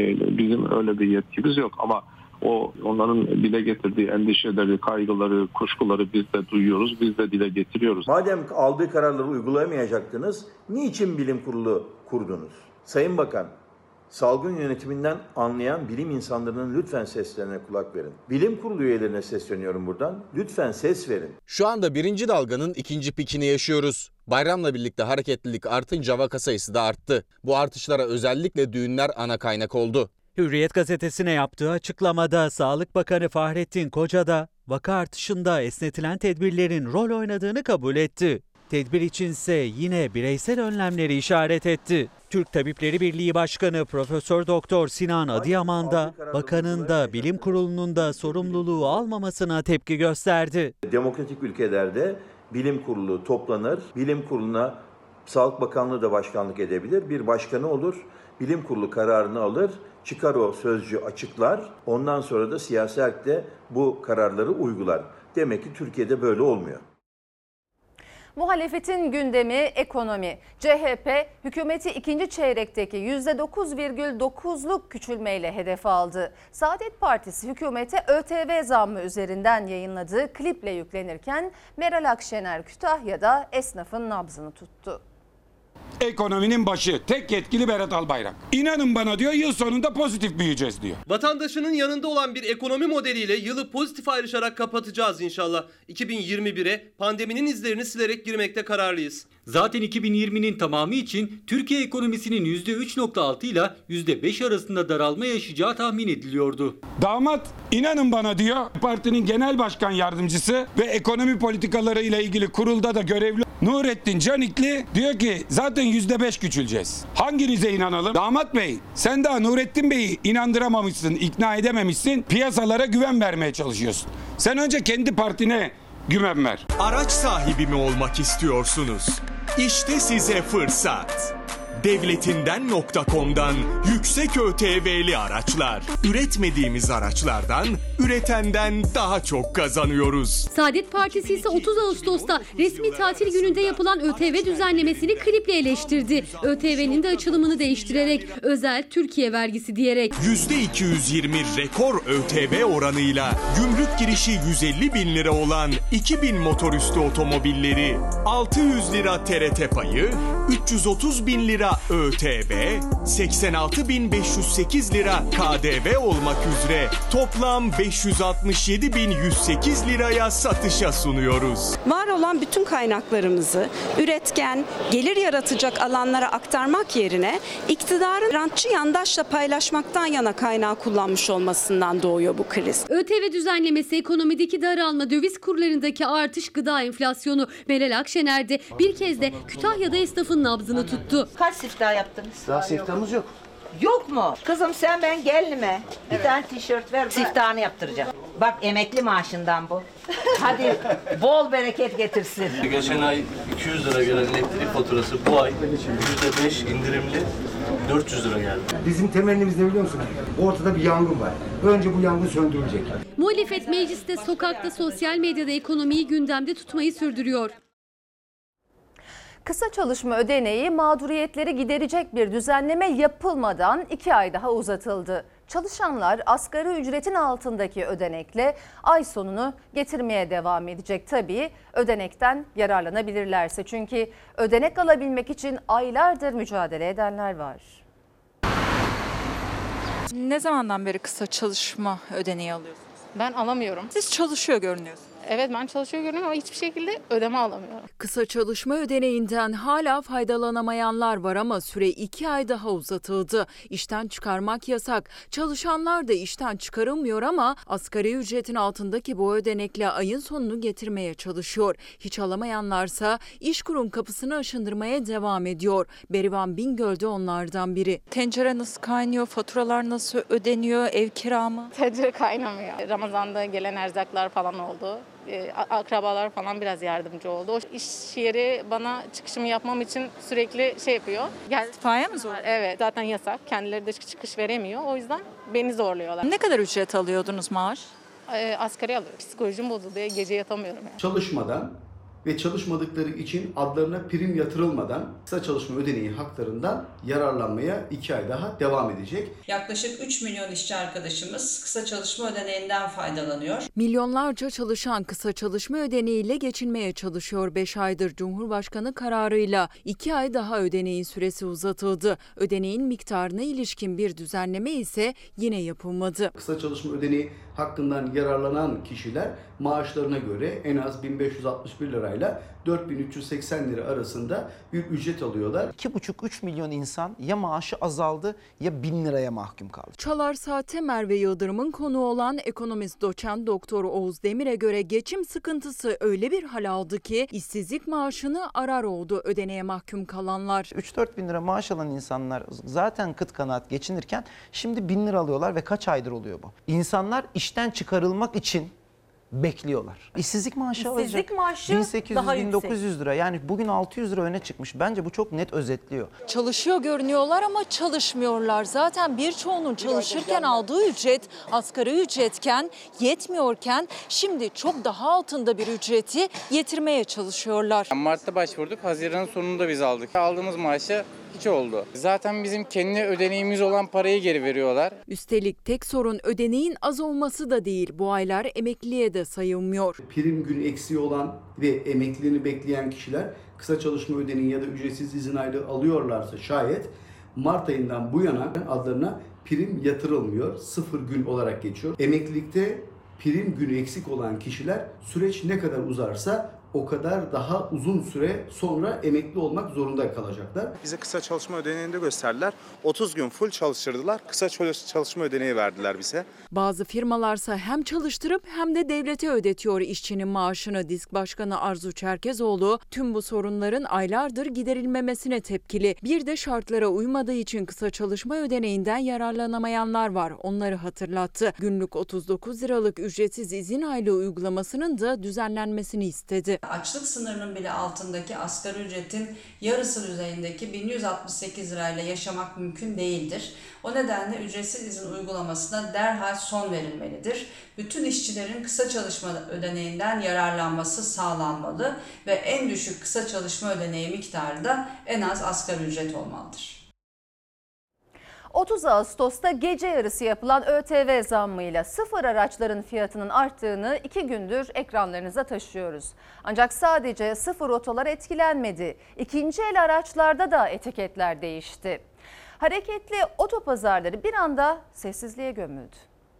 bizim öyle bir yetkimiz yok ama onların dile getirdiği endişeleri, kaygıları, kuşkuları biz de duyuyoruz, biz de dile getiriyoruz. Madem aldığı kararları uygulayamayacaktınız, niçin bilim kurulu kurdunuz? Sayın Bakan, salgın yönetiminden anlayan bilim insanlarının lütfen seslerine kulak verin. Bilim kurulu üyelerine sesleniyorum buradan. Lütfen ses verin. Şu anda birinci dalganın ikinci pikini yaşıyoruz. Bayramla birlikte hareketlilik artınca vaka sayısı da arttı. Bu artışlara özellikle düğünler ana kaynak oldu. Hürriyet gazetesine yaptığı açıklamada Sağlık Bakanı Fahrettin Koca da vaka artışında esnetilen tedbirlerin rol oynadığını kabul etti. Tedbir içinse yine bireysel önlemleri işaret etti. Türk Tabipleri Birliği Başkanı Profesör Doktor Sinan Adıyaman da bakanın da bilim kurulunun da sorumluluğu almamasına tepki gösterdi. Demokratik ülkelerde bilim kurulu toplanır, bilim kuruluna Sağlık Bakanlığı da başkanlık edebilir, bir başkanı olur, bilim kurulu kararını alır, çıkar o sözcü açıklar, ondan sonra da siyasi erkte bu kararları uygular. Demek ki Türkiye'de böyle olmuyor. Muhalefetin gündemi ekonomi. CHP hükümeti ikinci çeyrekteki %9,9'luk küçülmeyle hedef aldı. Saadet Partisi hükümete ÖTV zammı üzerinden yayınladığı kliple yüklenirken Meral Akşener Kütahya'da esnafın nabzını tuttu. Ekonominin başı tek yetkili Berat Albayrak. İnanın bana diyor, yıl sonunda pozitif büyüyeceğiz diyor. Vatandaşının yanında olan bir ekonomi modeliyle yılı pozitif ayrışarak kapatacağız inşallah. 2021'e pandeminin izlerini silerek girmekte kararlıyız. Zaten 2020'nin tamamı için Türkiye ekonomisinin %3.6 ile %5 arasında daralma yaşayacağı tahmin ediliyordu. Damat inanın bana diyor, partinin genel başkan yardımcısı ve ekonomi politikaları ile ilgili kurulda da görevli Nurettin Canikli diyor ki zaten %5 küçüleceğiz. Hanginize inanalım? Damat Bey, sen daha Nurettin Bey'i inandıramamışsın, ikna edememişsin, piyasalara güven vermeye çalışıyorsun. Sen önce kendi partine güven ver. Araç sahibi mi olmak istiyorsunuz? İşte size fırsat. Devletinden.com'dan yüksek ÖTV'li araçlar. Üretmediğimiz araçlardan, üretenden daha çok kazanıyoruz. Saadet Partisi ise 30 Ağustos'ta resmi tatil gününde yapılan ÖTV düzenlemesini kliple eleştirdi. ÖTV'nin de açılımını değiştirerek özel Türkiye vergisi diyerek. %220 rekor ÖTV oranıyla gümrük girişi 150 bin lira olan 2000 motorüstü otomobilleri, 600 lira TRT payı, 330 bin lira ÖTV, 86.508 lira KDV olmak üzere toplam 567.108 liraya satışa sunuyoruz. Var olan bütün kaynaklarımızı üretken, gelir yaratacak alanlara aktarmak yerine iktidarın rantçı yandaşla paylaşmaktan yana kaynağı kullanmış olmasından doğuyor bu kriz. ÖTV düzenlemesi, ekonomideki daralma, döviz kurlarındaki artış, gıda enflasyonu. Meral Akşener de bir kez de Kütahya'da esnafın nabzını tuttu. Kaç siftah yaptınız? Daha siftahımız yok. Yok mu? Kızım sen ben gelinime bir tane tişört ver. Siftahını yaptıracağım. Bak emekli maaşından bu. Hadi bol bereket getirsin. Geçen ay 200 lira gelen elektrik faturası bu ay %5 indirimli 400 lira geldi. Bizim temelimiz ne biliyor musun? Ortada bir yangın var. Önce bu yangın söndürülecek. Muhalefet mecliste, sokakta, sosyal medyada ekonomiyi gündemde tutmayı sürdürüyor. Kısa çalışma ödeneği mağduriyetleri giderecek bir düzenleme yapılmadan 2 ay daha uzatıldı. Çalışanlar asgari ücretin altındaki ödenekle ay sonunu getirmeye devam edecek. Tabii ödenekten yararlanabilirlerse, çünkü ödenek alabilmek için aylardır mücadele edenler var. Ne zamandan beri kısa çalışma ödeneği alıyorsunuz? Ben alamıyorum. Siz çalışıyor görünüyorsunuz. Evet, ben çalışıyor görünüyorum ama hiçbir şekilde ödeme alamıyorum. Kısa çalışma ödeneğinden hala faydalanamayanlar var ama süre 2 ay daha uzatıldı. İşten çıkarmak yasak. Çalışanlar da işten çıkarılmıyor ama asgari ücretin altındaki bu ödenekle ayın sonunu getirmeye çalışıyor. Hiç alamayanlarsa İşkur'un kapısını aşındırmaya devam ediyor. Berivan Bingöl de onlardan biri. Tencere nasıl kaynıyor? Faturalar nasıl ödeniyor? Ev kira mı? Tencere kaynamıyor. Ramazan'da gelen erzaklar falan oldu. Akrabalar falan biraz yardımcı oldu. O iş yeri bana çıkışımı yapmam için sürekli şey yapıyor. İstifaya mı zor? Evet, zaten yasak. Kendileri de çıkış veremiyor. O yüzden beni zorluyorlar. Ne kadar ücret alıyordunuz maaş? Asgari alıyorum. Psikolojim bozuldu diye gece yatamıyorum yani. Çalışmadan ve çalışmadıkları için adlarına prim yatırılmadan kısa çalışma ödeneği haklarından yararlanmaya 2 ay daha devam edecek. Yaklaşık 3 milyon işçi arkadaşımız kısa çalışma ödeneğinden faydalanıyor. Milyonlarca çalışan kısa çalışma ödeneğiyle geçinmeye çalışıyor 5 aydır. Cumhurbaşkanı kararıyla 2 ay daha ödeneğin süresi uzatıldı. Ödeneğin miktarına ilişkin bir düzenleme ise yine yapılmadı. Kısa çalışma ödeneği hakkından yararlanan kişiler maaşlarına göre en az 1561 lirayla 4380 lira arasında bir ücret alıyorlar. 2,5-3 milyon insan ya maaşı azaldı ya 1000 liraya mahkum kaldı. Çalar Saat'te Merve Yıldırım'ın konuğu olan ekonomist doçent Doktor Oğuz Demir'e göre geçim sıkıntısı öyle bir hal aldı ki işsizlik maaşını arar oldu ödeneğe mahkum kalanlar. 3-4 bin lira maaş alan insanlar zaten kıt kanaat geçinirken şimdi 1000 lira alıyorlar ve kaç aydır oluyor bu? İnsanlar işten çıkarılmak için bekliyorlar. İşsizlik maaşı alacak. 1800-1900 lira. Yani bugün 600 lira öne çıkmış. Bence bu çok net özetliyor. Çalışıyor görünüyorlar ama çalışmıyorlar. Zaten birçoğunun çalışırken aldığı ücret asgari ücretken, yetmiyorken şimdi çok daha altında bir ücreti getirmeye çalışıyorlar. Mart'ta başvurduk. Haziran'ın sonunda biz aldık. Aldığımız maaşı hiç oldu. Zaten bizim kendi ödeneğimiz olan parayı geri veriyorlar. Üstelik tek sorun ödeneğin az olması da değil. Bu aylar emekliliğe de sayılmıyor. Prim gün eksiği olan ve emekliliğini bekleyen kişiler kısa çalışma ödeneği ya da ücretsiz izin aylığı alıyorlarsa şayet Mart ayından bu yana adlarına prim yatırılmıyor. 0 gün olarak geçiyor. Emeklilikte prim günü eksik olan kişiler süreç ne kadar uzarsa o kadar daha uzun süre sonra emekli olmak zorunda kalacaklar. Bize kısa çalışma ödeneğini de gösterdiler. 30 gün full çalıştırdılar. Kısa çalışma ödeneği verdiler bize. Bazı firmalarsa hem çalıştırıp hem de devlete ödetiyor işçinin maaşını. DİSK Başkanı Arzu Çerkezoğlu tüm bu sorunların aylardır giderilmemesine tepkili. Bir de şartlara uymadığı için kısa çalışma ödeneğinden yararlanamayanlar var. Onları hatırlattı. Günlük 39 liralık ücretsiz izin aylığı uygulamasının da düzenlenmesini istedi. Açlık sınırının bile altındaki asgari ücretin yarısı düzeyindeki 1168 lirayla yaşamak mümkün değildir. O nedenle ücretsiz izin uygulamasına derhal son verilmelidir. Bütün işçilerin kısa çalışma ödeneğinden yararlanması sağlanmalı ve en düşük kısa çalışma ödeneği miktarı da en az asgari ücret olmalıdır. 30 Ağustos'ta gece yarısı yapılan ÖTV zammıyla sıfır araçların fiyatının arttığını 2 gündür ekranlarınıza taşıyoruz. Ancak sadece sıfır otolar etkilenmedi. İkinci el araçlarda da etiketler değişti. Hareketli otopazarları bir anda sessizliğe gömüldü.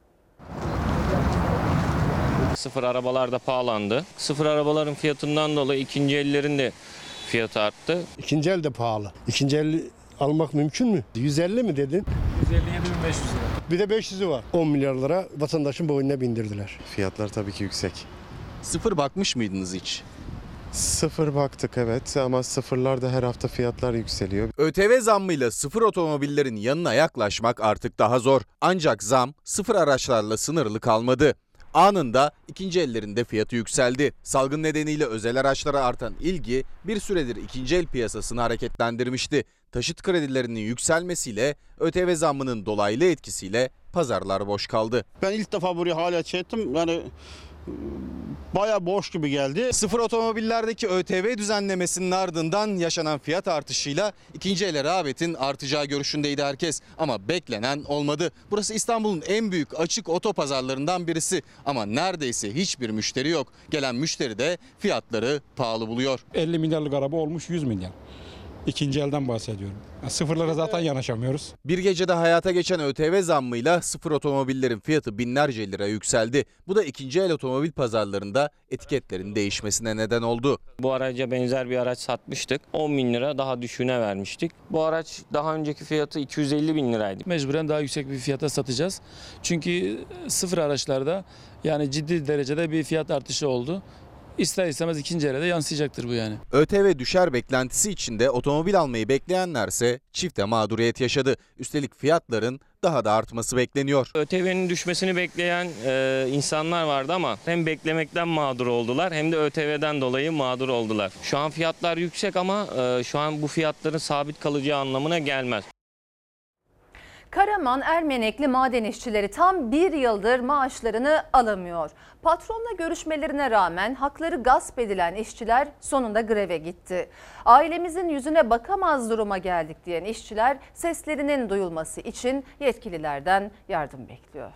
Sıfır arabalar da pahalandı. Sıfır arabaların fiyatından dolayı ikinci ellerin de fiyatı arttı. İkinci el de pahalı. İkinci el almak mümkün mü? 150 mi dedin? 157.500 lira. Bir de 500'ü var. 10 milyar lira vatandaşın boynuna bindirdiler. Fiyatlar tabii ki yüksek. Sıfır bakmış mıydınız hiç? Sıfır baktık evet ama sıfırlarda her hafta fiyatlar yükseliyor. ÖTV zammıyla sıfır otomobillerin yanına yaklaşmak artık daha zor. Ancak zam sıfır araçlarla sınırlı kalmadı. Anında ikinci ellerinde fiyatı yükseldi. Salgın nedeniyle özel araçlara artan ilgi bir süredir ikinci el piyasasını hareketlendirmişti. Taşıt kredilerinin yükselmesiyle ÖTV zammının dolaylı etkisiyle pazarlar boş kaldı. Ben ilk defa buraya hala çektim. Yani bayağı boş gibi geldi. Sıfır otomobillerdeki ÖTV düzenlemesinin ardından yaşanan fiyat artışıyla ikinci ele rağbetin artacağı görüşündeydi herkes. Ama beklenen olmadı. Burası İstanbul'un en büyük açık otopazarlarından birisi. Ama neredeyse hiçbir müşteri yok. Gelen müşteri de fiyatları pahalı buluyor. 50 milyarlık araba olmuş 100 milyar. İkinci elden bahsediyorum. Sıfırlara zaten yanaşamıyoruz. Bir gecede hayata geçen ÖTV zammıyla sıfır otomobillerin fiyatı binlerce lira yükseldi. Bu da ikinci el otomobil pazarlarında etiketlerin değişmesine neden oldu. Bu araca benzer bir araç satmıştık. 10 bin lira daha düşüğüne vermiştik. Bu araç daha önceki fiyatı 250 bin liraydı. Mecburen daha yüksek bir fiyata satacağız. Çünkü sıfır araçlarda yani ciddi derecede bir fiyat artışı oldu. İster istemez ikinci elde yansıyacaktır bu yani. ÖTV düşer beklentisi içinde otomobil almayı bekleyenlerse çifte mağduriyet yaşadı. Üstelik fiyatların daha da artması bekleniyor. ÖTV'nin düşmesini bekleyen insanlar vardı ama hem beklemekten mağdur oldular hem de ÖTV'den dolayı mağdur oldular. Şu an fiyatlar yüksek ama şu an bu fiyatların sabit kalacağı anlamına gelmez. Karaman Ermenekli maden işçileri tam bir yıldır maaşlarını alamıyor. Patronla görüşmelerine rağmen hakları gasp edilen işçiler sonunda greve gitti. Ailemizin yüzüne bakamaz duruma geldik diyen işçiler seslerinin duyulması için yetkililerden yardım bekliyor.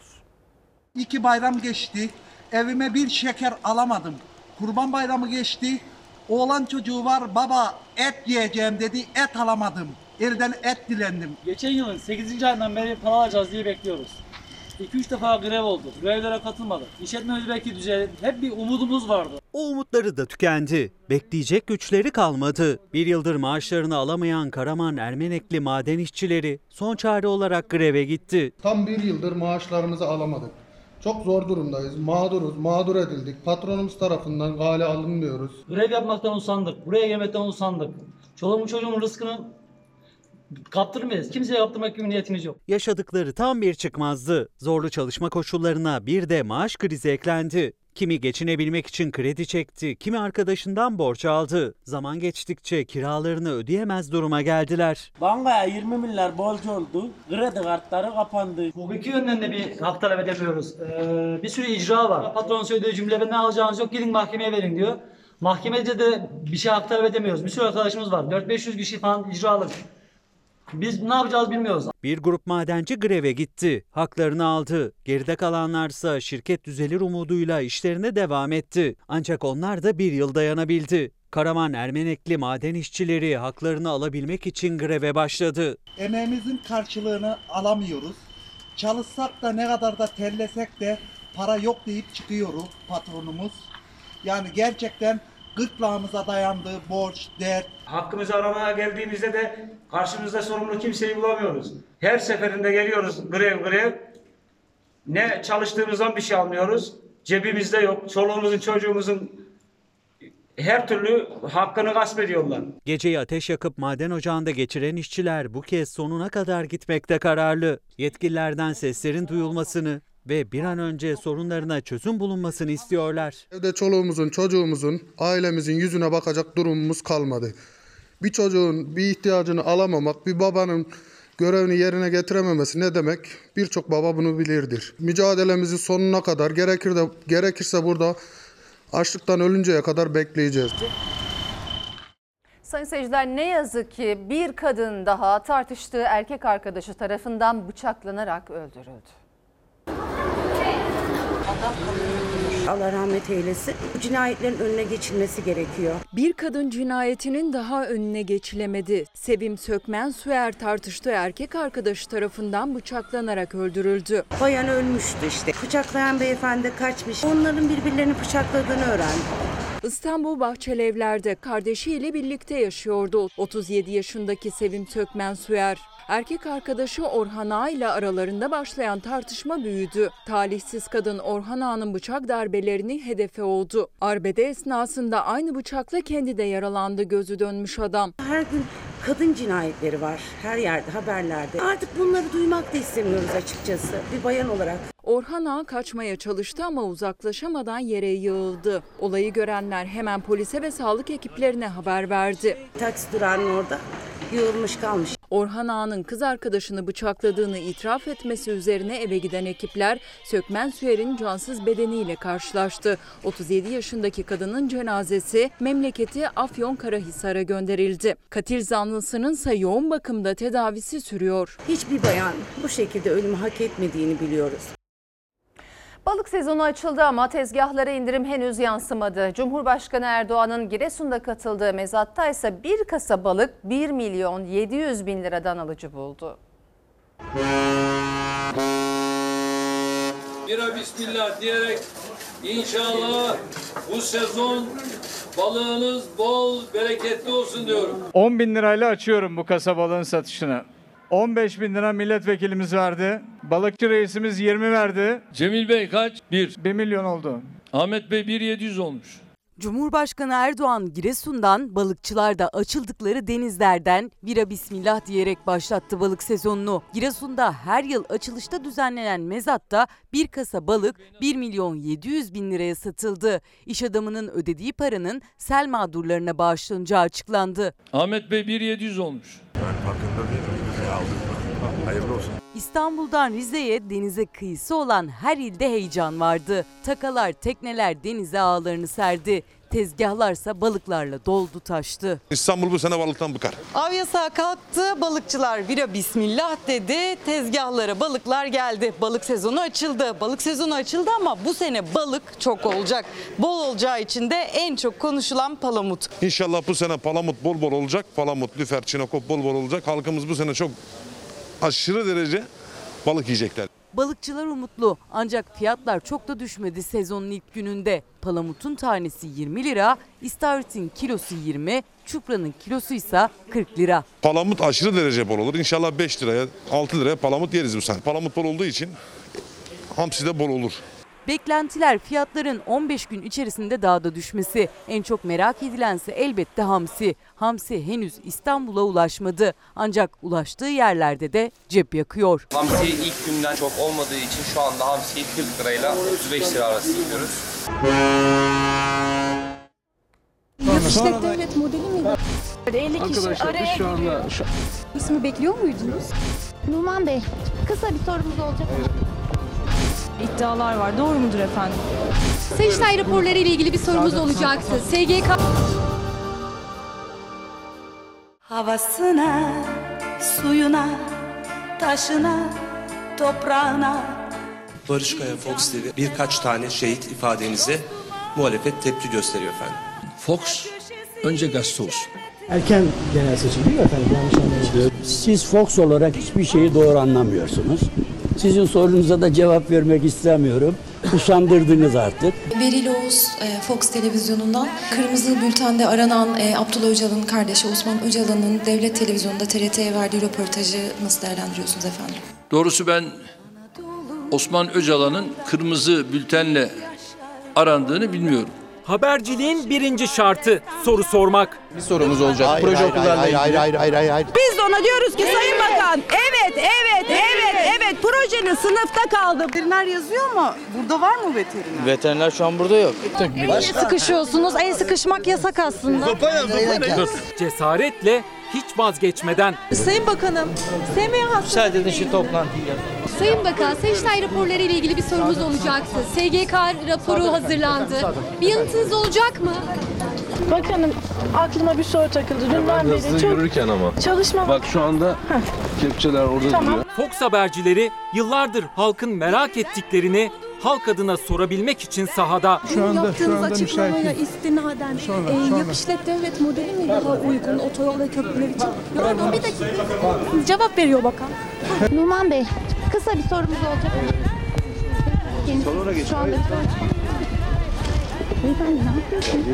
2 bayram geçti, evime bir şeker alamadım. Kurban bayramı geçti, oğlan çocuğu var, baba et yiyeceğim dedi, et alamadım. Elden et dilendim. Geçen yılın 8. ayından beri para alacağız diye bekliyoruz. 2-3 defa grev oldu. Grevlere katılmadık. İşletmemiz belki düzelir. Hep bir umudumuz vardı. O umutları da tükendi. Bekleyecek güçleri kalmadı. Bir yıldır maaşlarını alamayan Karaman Ermenekli maden işçileri son çare olarak greve gitti. Tam bir yıldır maaşlarımızı alamadık. Çok zor durumdayız. Mağduruz, mağdur edildik. Patronumuz tarafından gale alınmıyoruz. Grev yapmaktan usandık. Buraya gelmekten usandık. Çoluğumun çocuğumun rızkını kaptırmayız. Kimseye yaptırmak gibi niyetimiz yok. Yaşadıkları tam bir çıkmazdı. Zorlu çalışma koşullarına bir de maaş krizi eklendi. Kimi geçinebilmek için kredi çekti, kimi arkadaşından borç aldı. Zaman geçtikçe kiralarını ödeyemez duruma geldiler. Bankaya 20 milyar borç oldu. Kredi kartları kapandı. Hukuki yönden de bir hak talep edemiyoruz. Bir sürü icra var. Patron söylediği cümle ne alacağınız yok, gidin mahkemeye verin diyor. Mahkemede de bir şey hak talep edemiyoruz. Bir sürü arkadaşımız var. 400-500 kişi falan icralık. Biz ne yapacağız bilmiyoruz. Bir grup madenci greve gitti, haklarını aldı. Geride kalanlarsa şirket düzelir umuduyla işlerine devam etti. Ancak onlar da bir yıl dayanabildi. Karaman Ermenekli maden işçileri haklarını alabilmek için greve başladı. Emeğimizin karşılığını alamıyoruz. Çalışsak da ne kadar da terlesek de para yok deyip çıkıyoruz patronumuz. Yani gerçekten gırtlağımıza dayandı, borç, dert. Hakkımızı aramaya geldiğimizde de karşımızda sorumlu kimseyi bulamıyoruz. Her seferinde geliyoruz grev. Ne çalıştığımızdan bir şey almıyoruz. Cebimizde yok. Çoluğumuzun çocuğumuzun her türlü hakkını gasp ediyorlar. Geceyi ateş yakıp maden ocağında geçiren işçiler bu kez sonuna kadar gitmekte kararlı. Yetkililerden seslerin duyulmasını ve bir an önce sorunlarına çözüm bulunmasını istiyorlar. Evde çoluğumuzun, çocuğumuzun, ailemizin yüzüne bakacak durumumuz kalmadı. Bir çocuğun bir ihtiyacını alamamak, bir babanın görevini yerine getirememesi ne demek? Birçok baba bunu bilirdir. Mücadelemizi sonuna kadar gerekirse burada açlıktan ölünceye kadar bekleyeceğiz. Sayın seyirciler, ne yazık ki bir kadın daha tartıştığı erkek arkadaşı tarafından bıçaklanarak öldürüldü. Allah rahmet eylesin. Bu cinayetlerin önüne geçilmesi gerekiyor. Bir kadın cinayetinin daha önüne geçilemedi. Sevim Sökmen Süer tartıştığı erkek arkadaşı tarafından bıçaklanarak öldürüldü. Bayan ölmüştü işte. Bıçaklayan beyefendi kaçmış. Onların birbirlerini bıçakladığını öğrendi. İstanbul Bahçelievler'de kardeşiyle birlikte yaşıyordu. 37 yaşındaki Sevim Sökmen Süer. Erkek arkadaşı Orhan Ağa ile aralarında başlayan tartışma büyüdü. Talihsiz kadın Orhan Ağa'nın bıçak darbelerinin hedefi oldu. Arbede esnasında aynı bıçakla kendi de yaralandı, gözü dönmüş adam. Her gün kadın cinayetleri var her yerde, haberlerde. Artık bunları duymak da istemiyoruz açıkçası bir bayan olarak. Orhan Ağa kaçmaya çalıştı ama uzaklaşamadan yere yığıldı. Olayı görenler hemen polise ve sağlık ekiplerine haber verdi. Taksi durağının orada yığılmış kalmış. Orhan Ağa'nın kız arkadaşını bıçakladığını itiraf etmesi üzerine eve giden ekipler Sökmen Süer'in cansız bedeniyle karşılaştı. 37 yaşındaki kadının cenazesi memleketi Afyonkarahisar'a gönderildi. Katil zanlısının ise yoğun bakımda tedavisi sürüyor. Hiçbir bayan bu şekilde ölümü hak etmediğini biliyoruz. Balık sezonu açıldı ama tezgahlara indirim henüz yansımadı. Cumhurbaşkanı Erdoğan'ın Giresun'da katıldığı mezatta ise bir kasa balık 1.700.000 liradan alıcı buldu. Bira bismillah diyerek inşallah bu sezon balığınız bol bereketli olsun diyorum. 10.000 lirayla açıyorum bu kasa balığın satışını. 15.000 lira milletvekilimiz verdi. Balıkçı reisimiz 20 verdi. Cemil Bey kaç? 1 milyon oldu. Ahmet Bey 1.700 olmuş. Cumhurbaşkanı Erdoğan Giresun'dan balıkçılar da açıldıkları denizlerden bira bismillah diyerek başlattı balık sezonunu. Giresun'da her yıl açılışta düzenlenen mezatta bir kasa balık 1.700.000 liraya satıldı. İş adamının ödediği paranın sel mağdurlarına bağışlanacağı açıklandı. Ahmet Bey 1.700 olmuş. Ben farkında değilim. Hayırlı olsun. İstanbul'dan Rize'ye denize kıyısı olan her ilde heyecan vardı. Takalar, tekneler denize ağlarını serdi. Tezgahlarsa balıklarla doldu taştı. İstanbul bu sene balıktan bıkar. Av yasağı kalktı, balıkçılar bira bismillah dedi, tezgahlara balıklar geldi. Balık sezonu açıldı. Balık sezonu açıldı ama bu sene balık çok olacak. Bol olacağı için de en çok konuşulan palamut. İnşallah bu sene palamut bol bol olacak. Palamut, lüfer, çinekop bol bol olacak. Halkımız bu sene çok aşırı derece balık yiyecekler. Balıkçılar umutlu ancak fiyatlar çok da düşmedi sezonun ilk gününde. Palamutun tanesi 20 lira, istavritin kilosu 20, çupranın kilosu ise 40 lira. Palamut aşırı derece bol olur. İnşallah 5 liraya, 6 liraya palamut yeriz bu sene. Palamut bol olduğu için hamsi de bol olur. Beklentiler fiyatların 15 gün içerisinde daha da düşmesi. En çok merak edilense elbette hamsi. Hamsi henüz İstanbul'a ulaşmadı. Ancak ulaştığı yerlerde de cep yakıyor. Hamsi ilk günden çok olmadığı için şu anda hamsiyi 40 lirayla 35 lira arası yiyoruz. İşletme devlet modeli miydi? 50 kişi araya giriyor. İsmi bekliyor muydunuz? Numan Bey, kısa bir sorumuz olacak. İddialar var. Doğru mudur efendim? Sayıştay raporları ile ilgili bir sorumuz olacaktı. SGK... Havasına, suyuna, taşına, toprağına. Barış Kaya Fox TV birkaç tane şehit ifadenize muhalefet tepki gösteriyor efendim. Fox önce gazete olsun. Erken genel seçim değil mi efendim? Yanlış anlamadım. Siz Fox olarak hiçbir şeyi doğru anlamıyorsunuz. Sizin sorunuza da cevap vermek istemiyorum. Usandırdınız artık. Beril Oğuz Fox Televizyonu'ndan Kırmızı Bülten'de aranan Abdullah Öcalan'ın kardeşi Osman Öcalan'ın devlet televizyonunda TRT'ye verdiği röportajı nasıl değerlendiriyorsunuz efendim? Doğrusu ben Osman Öcalan'ın Kırmızı Bülten'le arandığını bilmiyorum. Haberciliğin birinci şartı soru sormak. Bir sorumuz olacak. Proje okullarla ilgili. Hayır. Biz de ona diyoruz ki Sayın Bakan, evet, projenin sınıfta kaldı. Veteriner yazıyor ama burada var mı veteriner? Veteriner şu an burada yok. El sıkışıyorsunuz. El sıkışmak yasak aslında. Cesaretle hiç vazgeçmeden. Sayın Bakanım, SMA hastası. Müsaade edin şu toplantıyı yapalım. Sayın Bakan, Sayıştay raporları ile ilgili bir sorumuz olacaktı. SGK raporu hazırlandı. Bir yanıtınız olacak mı? Bakanım, aklıma bir soru takıldı. Dünden beri çok yürürken ama. çalışma... Bak şu anda kepçeler orada duruyor. Fox habercileri yıllardır halkın merak ettiklerini halk adına sorabilmek için sahada. Şu anda açıklamaya istinaden yap işlet devlet modeli mi daha uygun otoyol ve köprüler için? Pardon bir dakika. Cevap veriyor bakan. Numan Bey, kısa bir sorumuz olacak. Sonra geçelim. Şu anda bir soru. Beyefendi ne yapıyorsunuz?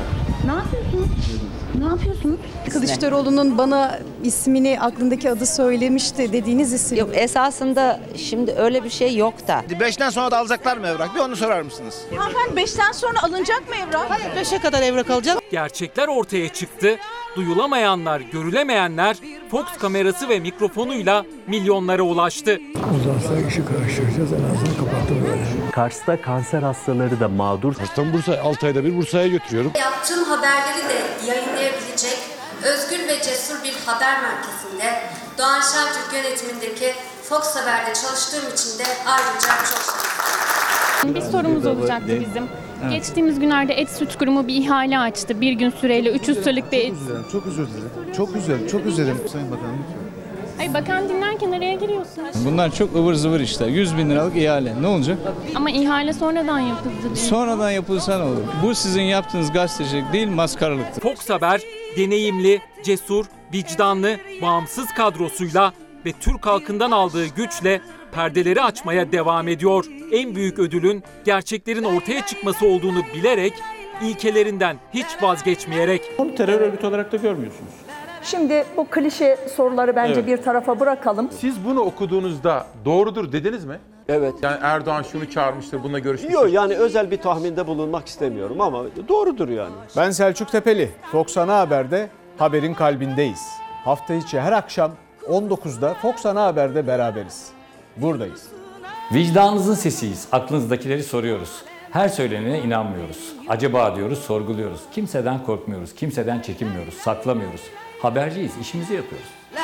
Ne yapıyorsunuz? Kılıçdaroğlu'nun bana ismini, aklındaki adı söylemişti dediğiniz isim. Yok esasında şimdi öyle bir şey yok da. 5'ten sonra da alacaklar mı evrak? Bir onu sorar mısınız? Hanımefendi 5'ten sonra alınacak mı evrak? Hayır, 5'e kadar evrak alacak. Gerçekler ortaya çıktı. Duyulamayanlar, görülemeyenler Fox kamerası ve mikrofonuyla milyonlara ulaştı. Ondan sonra işi karıştıracağız. En azından kapattım böyle. Kars'ta kanser hastaları da mağdur. Kars'tan Bursa'ya 6 ayda bir Bursa'ya götürüyorum. Yaptığım haberleri de yayınlayabilecek özgür ve cesur bir haber merkezinde Doğan Şentürk yönetimindeki Fox Haber'de çalıştığım için de ayrıca çok mutluyum. Bir sorumuz olacaktı bizim. Evet. Geçtiğimiz günlerde Et Süt Kurumu bir ihale açtı. Bir gün süreyle 300 liralık bir et. Çok üzüldüm. Sayın Bakanım lütfen. Ay bakan dinlerken araya giriyorsunuz. Bunlar çok ıvır zıvır işler. 100 bin liralık ihale. Ne olacak? Ama ihale sonradan yapıldı diye. Sonradan yapılsa ne olur? Bu sizin yaptığınız gazetecilik değil, maskaralıktır. Fox Haber, deneyimli, cesur, vicdanlı, bağımsız kadrosuyla ve Türk halkından aldığı güçle perdeleri açmaya devam ediyor. En büyük ödülün gerçeklerin ortaya çıkması olduğunu bilerek, ilkelerinden hiç vazgeçmeyerek. Onu terör örgütü olarak da görmüyorsunuz. Şimdi bu klişe soruları bence bir tarafa bırakalım. Siz bunu okuduğunuzda doğrudur dediniz mi? Evet. Yani Erdoğan şunu çağırmıştır, bununla görüşmüştür. Yok, yani özel bir tahminde bulunmak istemiyorum ama doğrudur yani. Ben Selçuk Tepeli. Fox Ana Haber'de haberin kalbindeyiz. Hafta içi her akşam 19'da Fox Ana Haber'de beraberiz. Buradayız. Vicdanınızın sesiyiz. Aklınızdakileri soruyoruz. Her söylenene inanmıyoruz. Acaba diyoruz, sorguluyoruz. Kimseden korkmuyoruz, kimseden çekinmiyoruz, saklamıyoruz. Haberciyiz, işimizi yapıyoruz.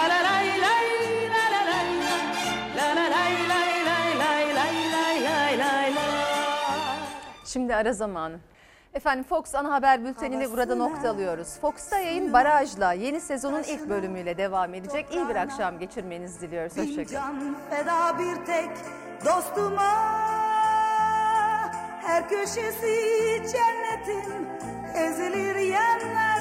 Şimdi ara zamanı. Efendim Fox Ana Haber Bülteni'ni burada nokta alıyoruz. Fox'ta yayın Baraj'la yeni sezonun ilk bölümüyle devam edecek. İyi bir akşam geçirmenizi diliyoruz. Hoşçakalın. Feda bir tek dostuma, her köşesi cennetin ezilir yerler.